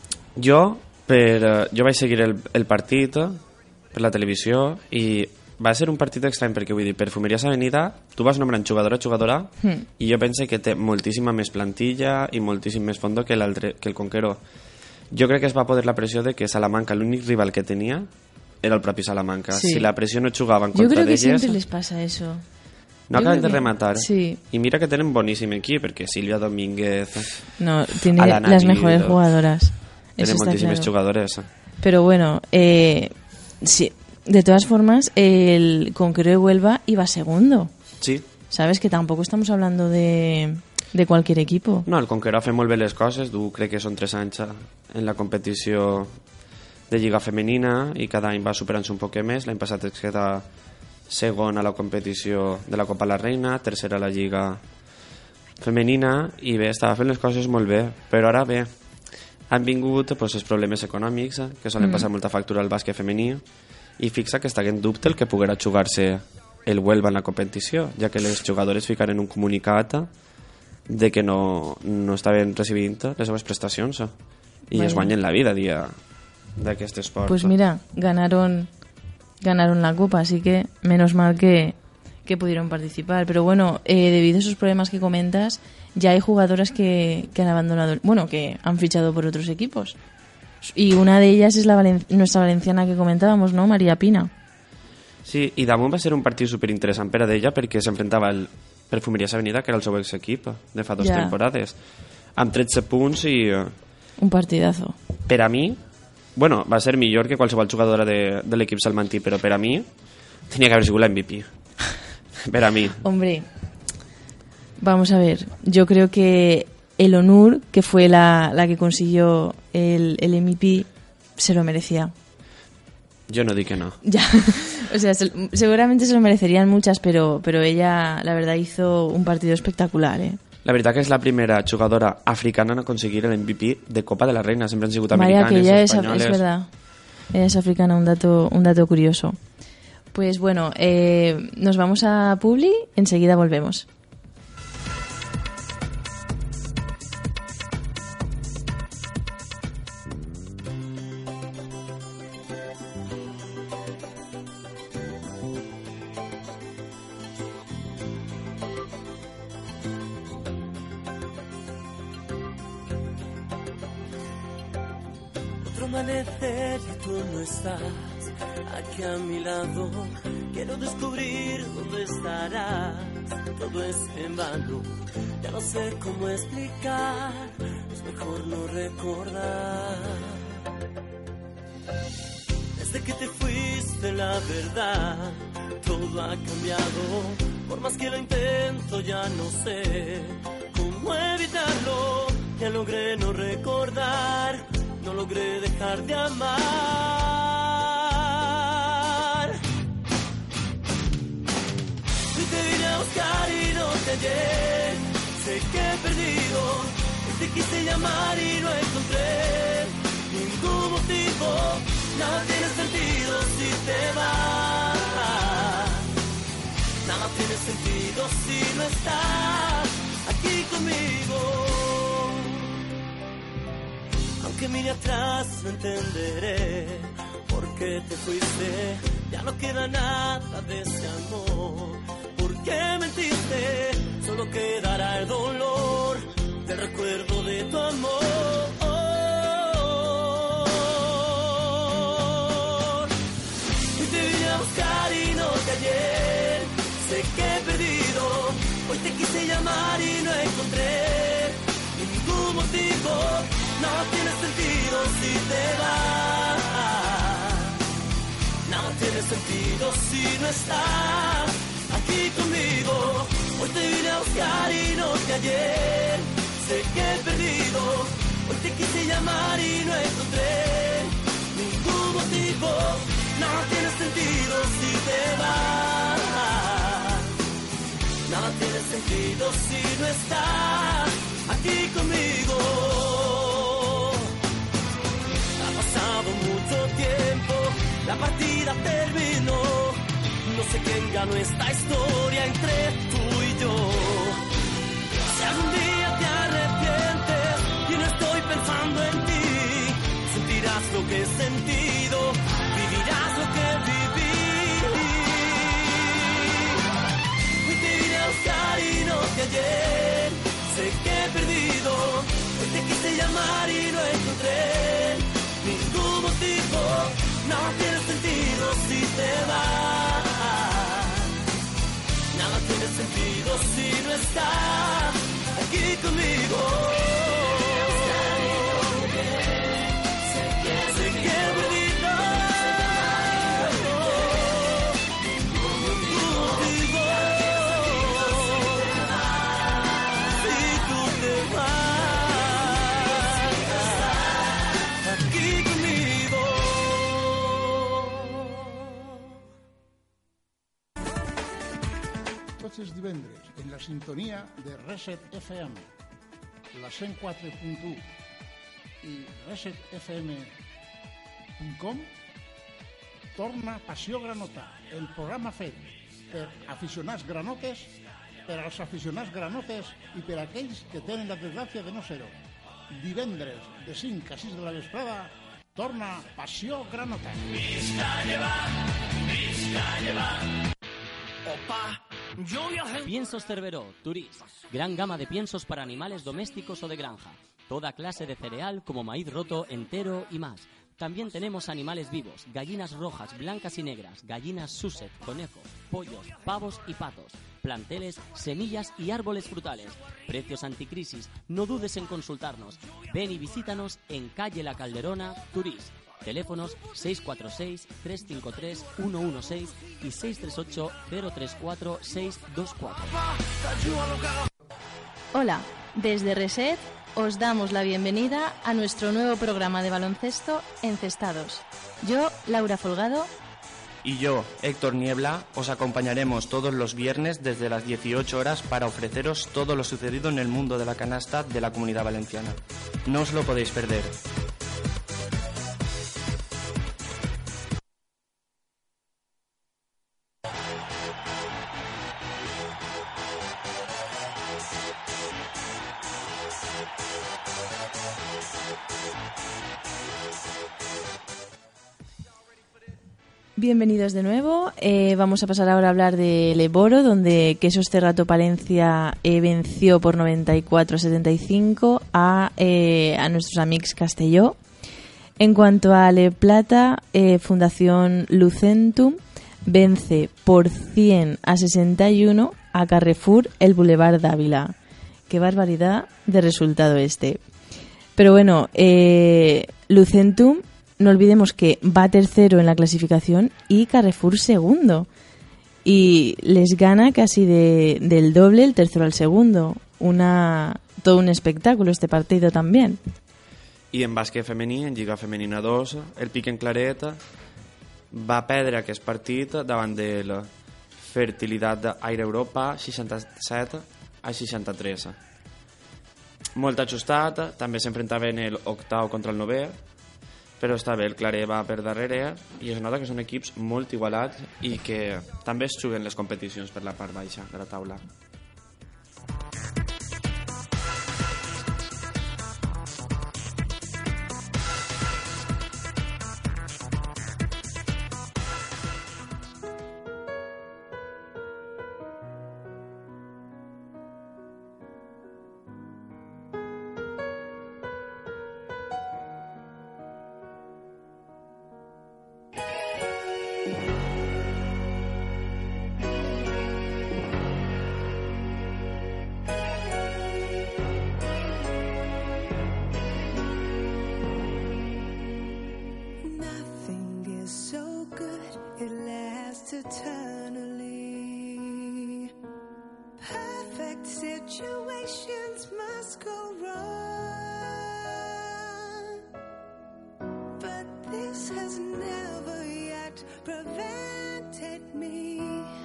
Jo vaig seguir el partit per la televisió i va ser un partit estrany perquè, vull dir, Perfumerías Avenida, tu vas nombrant jugadora a jugadora i jo pense que té moltíssima més plantilla i moltíssim més fondo que el Conqueró. Jo crec que es va poder la pressió de que Salamanca, l'únic rival que tenia era el propi Salamanca. Sí. Si la pressió no jugava en contra d'elles...
Yo creo que siempre les pasa eso.
No acaben de rematar.
Sí.
Y mira que tienen buenísimo equipo, porque Silvia Domínguez...
No, tiene las mejores jugadoras.
Tiene muchísimos jugadores.
Pero bueno, sí, de todas formas, el Conqueró de Huelva iba segundo.
Sí.
¿Sabes? Que tampoco estamos hablando de cualquier equipo.
No, el Conqueró fa molt bé les coses. Du crec que són 3 anys en la competició de Lliga Femenina i cada any va superant-se un poc més. L'any passat es queda segon a la competició de la Copa la Reina, tercera a la Lliga Femenina, i bé, estava fent les coses molt bé, però ara bé, han vingut els problemes econòmics que solen passar molta factura al bàsquet femení, i fixa que està en dubte el que poguera jugar-se el Huelva en la competició, ja que les jugadores ficaren un comunicat de que no estaven recibint les seves prestacions i es guanyen la vida dia d'aquest esport.
Pues mira, ganaron la Copa, así que menos mal que pudieron participar. Pero bueno, debido a esos problemas que comentas, ya hay jugadoras que han abandonado, bueno, que han fichado por otros equipos. Y una de ellas es nuestra valenciana que comentábamos, ¿no? María Pina.
Sí, i damunt va ser un partit superinteressant per a d'ella perquè s'enfrontava al Perfumerías Avenida, que era el seu ex-equip de fa 2 temporades, amb 13 punts i...
Un partidazo.
Per a mi, bueno, va ser millor que qualsevol jugadora de l'equip salmantí, però per a mi tenia que haver sigut la MVP. Per a mi.
Hombre, vamos a ver, yo creo que el Onur, que fue la que consiguió el MVP, se lo merecía.
Yo no di que no.
Ya, o sea, seguramente se lo merecerían muchas, pero ella, la verdad, hizo un partido espectacular, ¿eh?
La veritat que és la primera jugadora africana en aconseguir el MVP de Copa de la Reina. Sempre han sigut americanes,
María, que ella
españoles.
Es verdad. Ella es africana, un dato curioso. Pues bueno, nos vamos a Publi, enseguida volvemos.
Amanecer y tú no estás aquí a mi lado. Quiero descubrir dónde estarás. Todo es en vano. Ya no sé cómo explicar. Es mejor no recordar. Desde que te fuiste, la verdad, todo ha cambiado. Por más que lo intento, ya no sé cómo evitarlo. Ya logré no recordar. No logré dejar de amar. Hoy te vine a buscar y no te hallé. Sé que he perdido. Hoy te quise llamar y no encontré ningún motivo. Nada tiene sentido si te vas. Nada tiene sentido si no estás aquí conmigo. Aunque mire atrás no entenderé por qué te fuiste. Ya no queda nada de ese amor. ¿Por qué mentiste? Solo quedará el dolor del recuerdo de tu amor. Hoy te vine a buscar y no te hallé. Sé que he perdido. Hoy te quise llamar y no encontré ningún motivo. Nada tiene sentido si te vas. Nada tiene sentido si no estás aquí conmigo. Hoy te vine a buscar y no te hallé. Sé que he perdido. Hoy te quise llamar y no encontré ningún motivo. Nada tiene sentido si te vas. Nada tiene sentido si no estás aquí conmigo. Ha pasado mucho tiempo, la partida terminó. No sé quién ganó esta historia entre tú y yo. Si algún día te arrepientes y no estoy pensando en ti, sentirás lo que he sentido, vivirás lo que viví. Hoy te vine a buscar y no te hallé. Sé que he perdido. Hoy te quise llamar y no encontré ningún motivo. Nada tiene sentido si te vas. Nada tiene sentido si no estás aquí conmigo. Sé que he perdido. Ningún motivo. Si tú te vas aquí conmigo.
Tots divendres, en la sintonia de Reset FM, la 104.1 i resetfm.com, torna Passió Granota, el programa fet per aficionats granotes, per als aficionats granotes i per aquells que tenen la desgràcia de no ser-ho. Divendres, de 5 a 6 de la vesprada, torna Passió Granota.
Piensos Cerveró, Turís. Gran gama de piensos para animales domésticos o de granja. Toda clase de cereal como maíz roto, entero y más. También tenemos animales vivos, gallinas rojas, blancas y negras, gallinas Sussex, conejos, pollos, pavos y patos, planteles, semillas y árboles frutales. Precios anticrisis, no dudes en consultarnos. Ven y visítanos en calle La Calderona, Turís. Teléfonos 646-353-116 y 638-034-624.
Hola, desde Reset os damos la bienvenida a nuestro nuevo programa de baloncesto Encestados. Yo, Laura Folgado.
Y yo, Héctor Niebla, os acompañaremos todos los viernes desde las 18 horas para ofreceros todo lo sucedido en el mundo de la canasta de la Comunidad Valenciana. No os lo podéis perder.
Bienvenidos de nuevo. Vamos a pasar ahora a hablar del Eboro, donde Quesos Cerrato Palencia venció por 94-75 a nuestros amics Castelló. En cuanto a Le Plata, Fundación Lucentum vence por 100-61 a Carrefour el Boulevard Dávila. Qué barbaridad de resultado este. Pero bueno, Lucentum, no olvidemos que va tercero en la clasificación y Carrefour segundo. Y les gana casi del doble el tercero al segundo. Todo un espectáculo este partido también.
I en bàsquet femení, en Lliga Femenina 2, el Pic en Clareta va perdre aquest partit davant de la Fertilidad Aire Europa 67-63. Molt ajustat, també s'enfrontaven el octau contra el novè, però està bé, el Claret va per darrere i es nota que són equips molt igualats i que també es juguen les competicions per la part baixa de la taula.
eternally. Perfect situations must go wrong, but this has never yet prevented me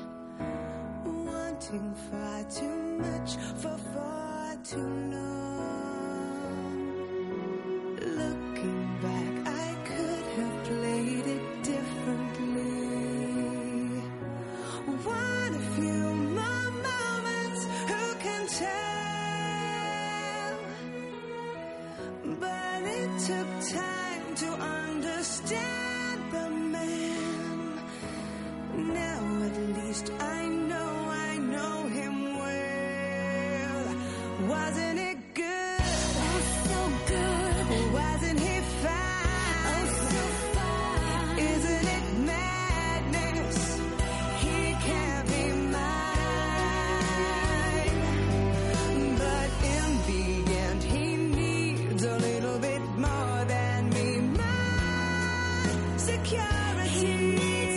wanting far too much for far too long. Looking back, I could have played it differently. What a few more moments, who can tell? But it took time to understand the man. Now at least I know him well. Wasn't it good? Oh, so good. Wasn't he fine? Oh, so fine. Isn't it madness? He can't be mine. But in the end, he needs a little bit more than me. My security.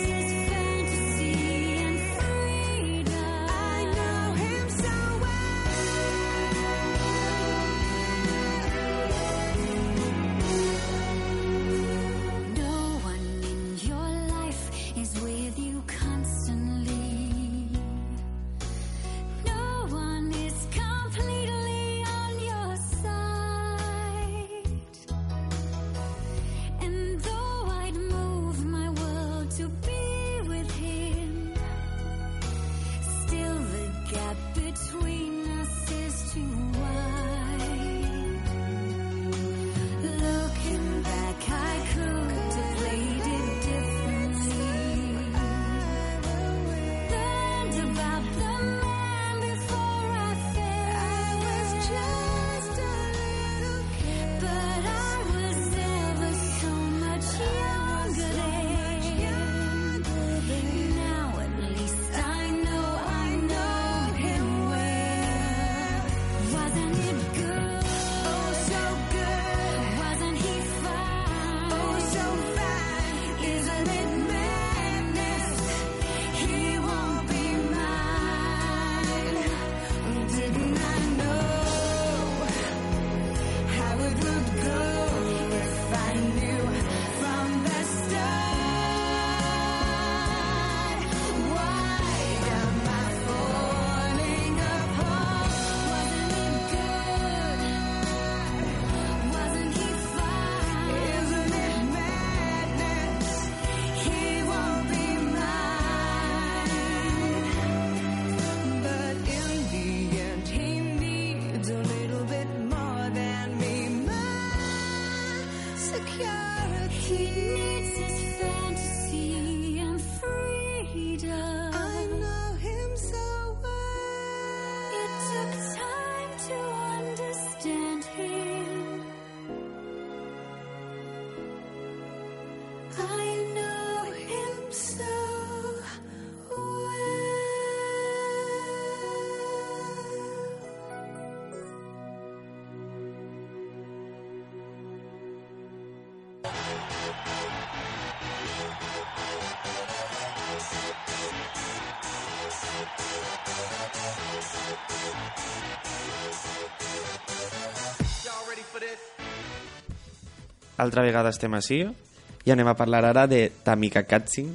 Altra vegada estem així i anem a parlar ara de Tamika Catchings,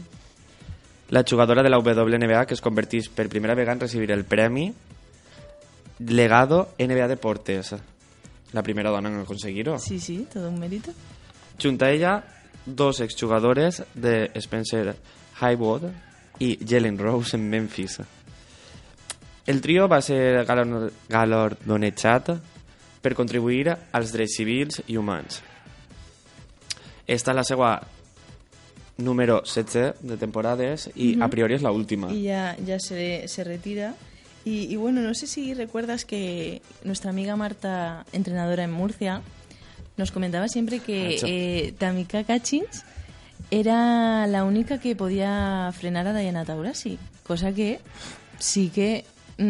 la jugadora de la WNBA que es converteix per primera vegada en recibir el premi Legado NBA Deportes, la primera dona en aconseguir-ho.
Sí, sí, todo un mérito.
Junta a ella, dos exjugadores de Spencer Haywood i Jalen Rose en Memphis. El trio va ser galardonejat per contribuir als drets civils i humans. Esta és la seva número 16 de temporades y a priori es la última.
Y ya se retira. Y bueno, no sé si recuerdas que nuestra amiga Marta, entrenadora en Murcia, nos comentaba siempre que Tamika Catchings era la única que podía frenar a Diana Taurasi, cosa que sí que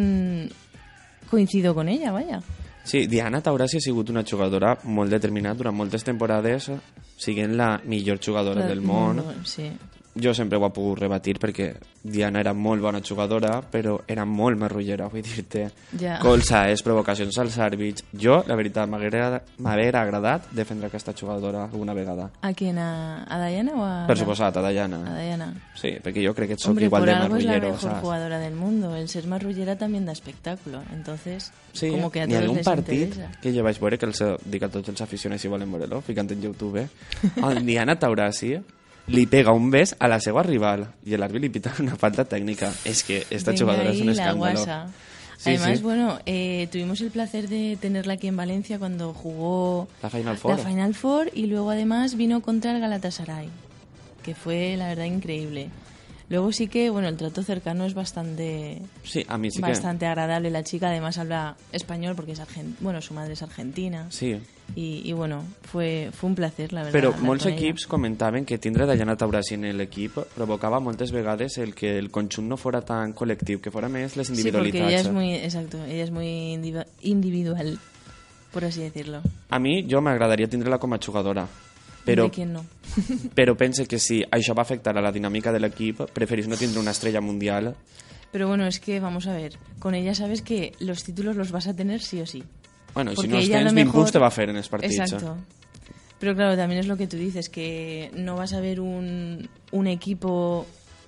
coincido con ella, vaya.
Sí, Diana Taurasi ha sigut una jugadora molt determinada durant moltes temporades, siguent la millor jugadora del món.
Sí.
jo sempre ho he pogut rebatir perquè Diana era molt bona jugadora, però era molt marrullera, vull dir-te.
Ja.
Colzes, provocacions als àrbits. Jo, la veritat, m'haguera agradat defendre aquesta jugadora alguna vegada.
¿A quién? ¿A Diana o a...?
Per suposat, a Diana.
A Diana.
Sí, perquè jo crec que soc
Hombre,
igual
por
de
algo es la
marrullero,
mejor
saps?
jugadora del mundo. El ser marrullera también da espectáculo. Entonces,
Sí,
como que a
n'hi
todos
ha un
les
partit
interesa.
que jo vaig veure que dic a tots els aficionats si volen veure-lo, ficant en YouTube. El Diana Taurasi li pega un bes a la seva rival i l'àrbit li pita una falta tècnica. És que esta
Venga
jugadora és un
ahí la
escándalo.
guasa.
Sí,
Además,
sí.
bueno, tuvimos el placer de tenerla aquí en Valencia cuando jugó
La Final Four.
la Final Four y luego además vino contra el Galatasaray, que fue la verdad increíble. Luego sí que, bueno, el trato cercano es bastante
Sí, a mi sí que...
bastante agradable. La chica además habla español porque es bueno, su madre es argentina.
Sí,
Y bueno, fue un placer, la verdad.
però
hablar
molts
con ella.
equips comentaven que tindre Diana Taurasi en l'equip provocava moltes vegades el que el conjunt no fora tan col·lectiu, que fora més les
Sí, porque
individualitats.
ella es muy, exacto, ella es muy individual, por así decirlo.
A mi, jo m'agradaria tindre-la com a jugadora, però,
¿De quién no?
però pense que si això va afectar a la dinàmica de l'equip, preferís no tindre una estrella mundial.
Pero bueno, es que vamos a ver, con ella sabes que los títulos los vas a tener sí o sí.
Bueno, i si
Porque
no els
ella a lo
tens, 20
mejor-
punts te va fer en els partits.
Exacto. Pero claro, también es lo que tú dices, que no vas a ver un equipo,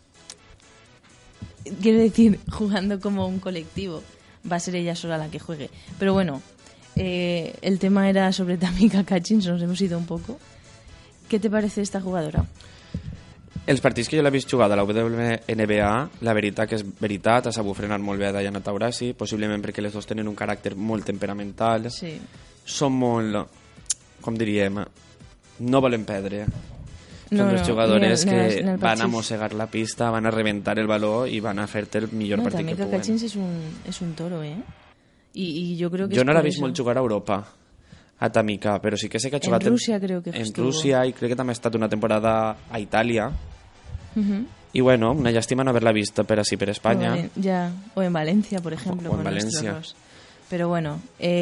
quiero decir, jugando como un colectivo. Va a ser ella sola la que juegue. Pero bueno, el tema era sobre Tamika Catchings, nos hemos ido un poco. ¿Qué te parece esta jugadora?
Els partits que jo l'he vist jugar de la WNBA, la veritat que és veritat, ha sabut frenar molt bé a Diana Taurasi, possiblement perquè les dues tenen un caràcter molt temperamental,
Sí.
són molt, com diríem, no volen perdre.
No,
Són dos
no,
jugadores
ni en
que
el
van a
parchís.
mossegar la pista, van a reventar el baló i van a fer-te el millor
No,
partit que
Tamika
puguen.
Catchings es un toro, ¿eh? Y yo creo que
Jo
es
no l'he
por
vist
eso.
molt jugar a Europa, a Tamika, però sí que sé que ha
En
jugat
Rússia creo que
en
estuvo.
Rússia i crec que també ha estat una temporada a Itàlia.
Ujú.
I bueno, una llàstima no haver-la vista per així per Espanya.
O en Valencia, por ejemplo.
O en
con
Valencia.
nuestros. Pero bueno,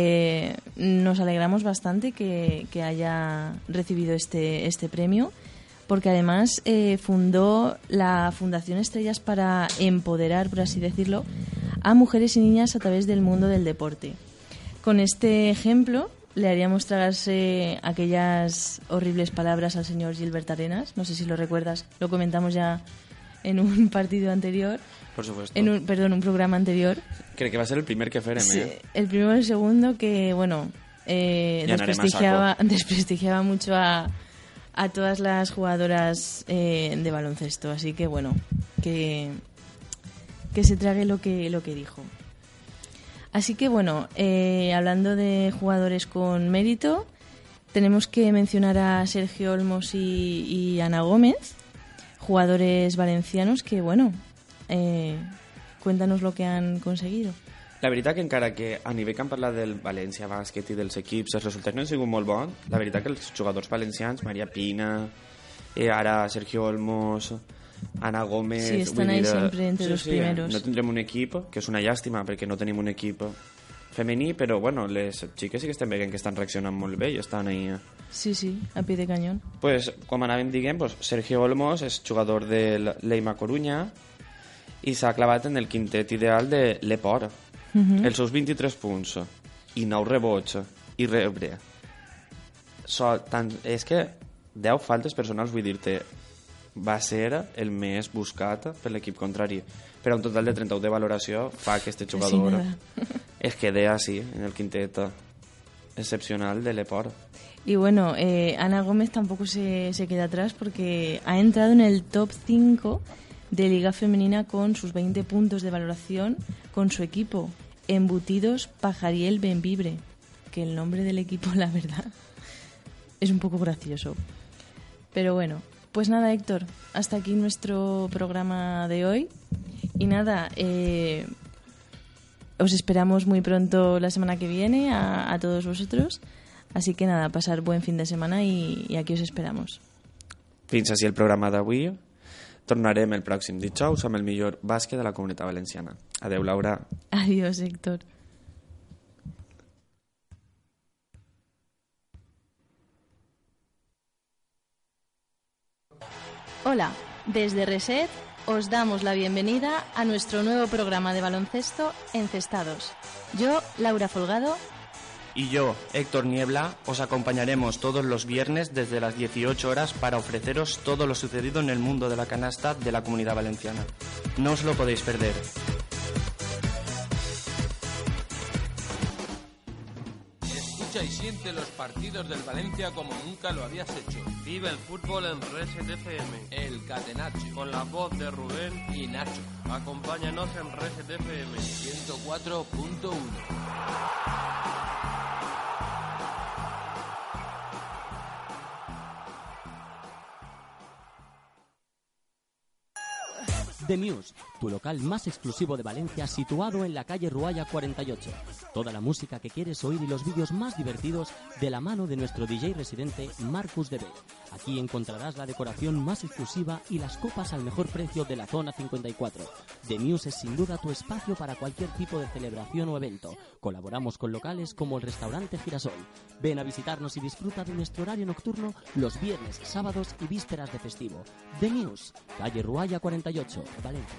nos alegramos bastante que haya recibido este premio, porque además fundó la Fundación Estrellas para empoderar, por así decirlo, a mujeres y niñas a través del mundo del deporte. Con este ejemplo le haríamos tragarse aquellas horribles palabras al señor Gilbert Arenas. No sé si lo recuerdas, lo comentamos ya en un partido anterior,
Por supuesto.
un programa anterior.
Crec que va ser el primer que farem,
Sí, el primero y el segundo que, bueno, desprestigiaba mucho a todas las jugadoras de baloncesto. Así que, bueno, que se trague lo que dijo. Así que, bueno, hablando de jugadores con mérito, tenemos que mencionar a Sergio Olmos y Ana Gómez, jugadores valencianos que, bueno, cuéntanos lo que han conseguido.
La veritat que encara que a nivell que han parlat del València Bàsquet i dels equips els resultats no han sigut molt bons, la veritat que els jugadors valencians, Maria Pina, ara Sergio Olmos, Ana Gómez...
Sí, estan ahí sempre entre los primeros.
No tindrem un equip, que és una llàstima perquè no tenim un equip femení, però bueno, les xiques sí que estem veient que estan reaccionant molt bé i estan ahí...
Sí, a pie de cañón.
Pues, com anàvem dient, pues, Sergio Olmos és jugador del Leima Coruña i s'ha clavat en el quintet ideal de l'Eport. Els seus 23 punts i 9 rebots i rebre és que 10 faltes personals, vull dir-te, va ser el més buscat per l'equip contrari, però un total de 31 de valoració fa aquesta jugadora es quede así en el quintet excepcional del Leport.
Y bueno, Ana Gómez tampoco se queda atrás porque ha entrado en el top 5 de Liga Femenina con sus 20 puntos de valoración con su equipo, Embutidos Pajariel Benvibre, que el nombre del equipo, la verdad, es un poco gracioso. Pero bueno, pues nada, Héctor, hasta aquí nuestro programa de hoy. Y nada, os esperamos muy pronto la semana que viene a todos vosotros. Así que nada, pasar buen fin de semana y aquí os esperamos.
Fins així el programa d'avui. Tornarem el pròxim dijous amb el millor bàsquet de la Comunitat Valenciana. Adeu, Laura.
Adiós, Héctor.
Hola,
Desde Reset os damos la bienvenida a nuestro nuevo programa de baloncesto Encestados. Yo, Laura Folgado.
Y yo, Héctor Niebla, os acompañaremos todos los viernes desde las 18 horas para ofreceros todo lo sucedido en el mundo de la canasta de la Comunidad Valenciana. No os lo podéis perder.
Escucha y siente los partidos del Valencia como nunca lo habías hecho.
Vive el fútbol en Reset FM.
El Catenaccio.
Con la voz de Rubén
y Nacho.
Acompáñanos en Reset FM
104.1.
The Muse, tu local más exclusivo de Valencia, situado en la calle Ruaya 48. Toda la música que quieres oír y los vídeos más divertidos de la mano de nuestro DJ residente Marcus DB. Aquí encontrarás la decoración más exclusiva y las copas al mejor precio de la zona 54. The Muse es sin duda tu espacio para cualquier tipo de celebración o evento. Colaboramos con locales como el restaurante Girasol. Ven a visitarnos y disfruta de nuestro horario nocturno los viernes, sábados y vísperas de festivo. The Muse, calle Ruaya 48. Valencia.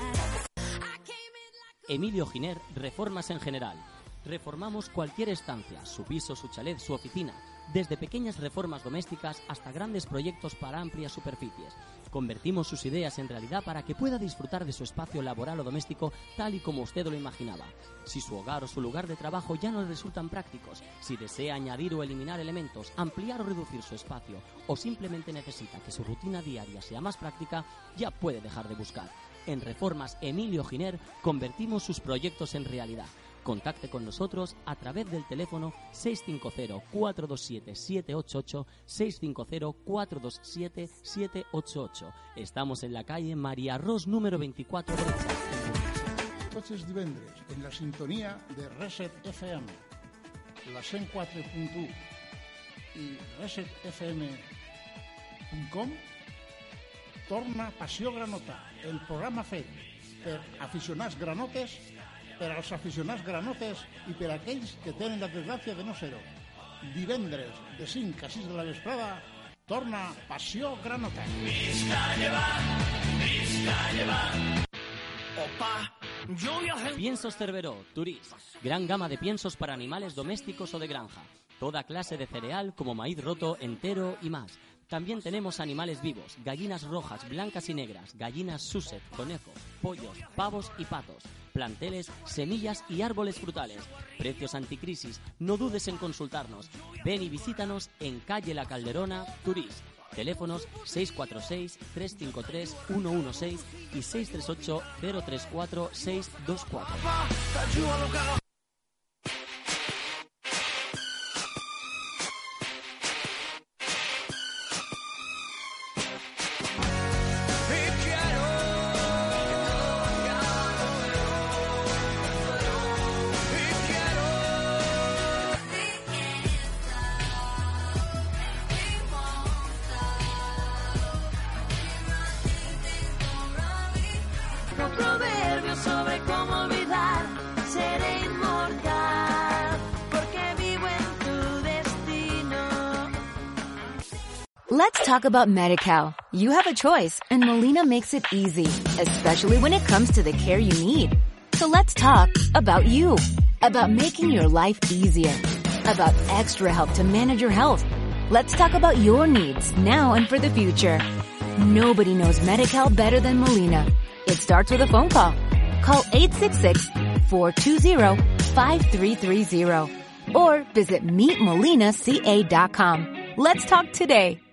Emilio Giner, Reformas en General. Reformamos cualquier estancia, su piso, su chalet, su oficina, desde pequeñas reformas domésticas hasta grandes proyectos para amplias superficies. Convertimos sus ideas en realidad para que pueda disfrutar de su espacio laboral o doméstico tal y como usted lo imaginaba. Si su hogar o su lugar de trabajo ya no le resultan prácticos, si desea añadir o eliminar elementos, ampliar o reducir su espacio, o simplemente necesita que su rutina diaria sea más práctica, ya puede dejar de buscar. En Reformas Emilio Giner convertimos sus proyectos en realidad. Contacte con nosotros a través del teléfono 650-427-788, 650-427-788. Estamos en la calle María Ros número 24 derecha.
Tots els divendres, en la sintonia de Reset FM, la 104.1 i resetfm.com, torna Passió Granota, el programa fet per aficionats granotes, per als aficionats granotes i per a aquells que tenen la desgràcia de no ser-ho. Divendres, de 5 a 6 de la vesprada, torna Passió Granota.
Visca llevar. Opa.
Piensos Cerveró, Turís. Gran gama de piensos para animales domésticos o de granja. Toda clase de cereal como maíz roto, entero y más. También tenemos animales vivos, gallinas rojas, blancas y negras, gallinas Sussex, conejo, pollos, pavos y patos, planteles, semillas y árboles frutales. Precios anticrisis, no dudes en consultarnos. Ven y visítanos en calle La Calderona, Turís. Teléfonos 646-353-116 y 638-034-624.
Proverbios sobre cómo olvidar, seré inmortal, porque vivo en tu destino.
Let's talk about Medi-Cal. You have a choice, and Molina makes it easy, especially when it comes to the care you need. So let's talk about you, about making your life easier, about extra help to manage your health. Let's talk about your needs now and for the future. Nobody knows Medi-Cal better than Molina. It starts with a phone call. Call 866-420-5330 or visit meetmolinaca.com. Let's talk today.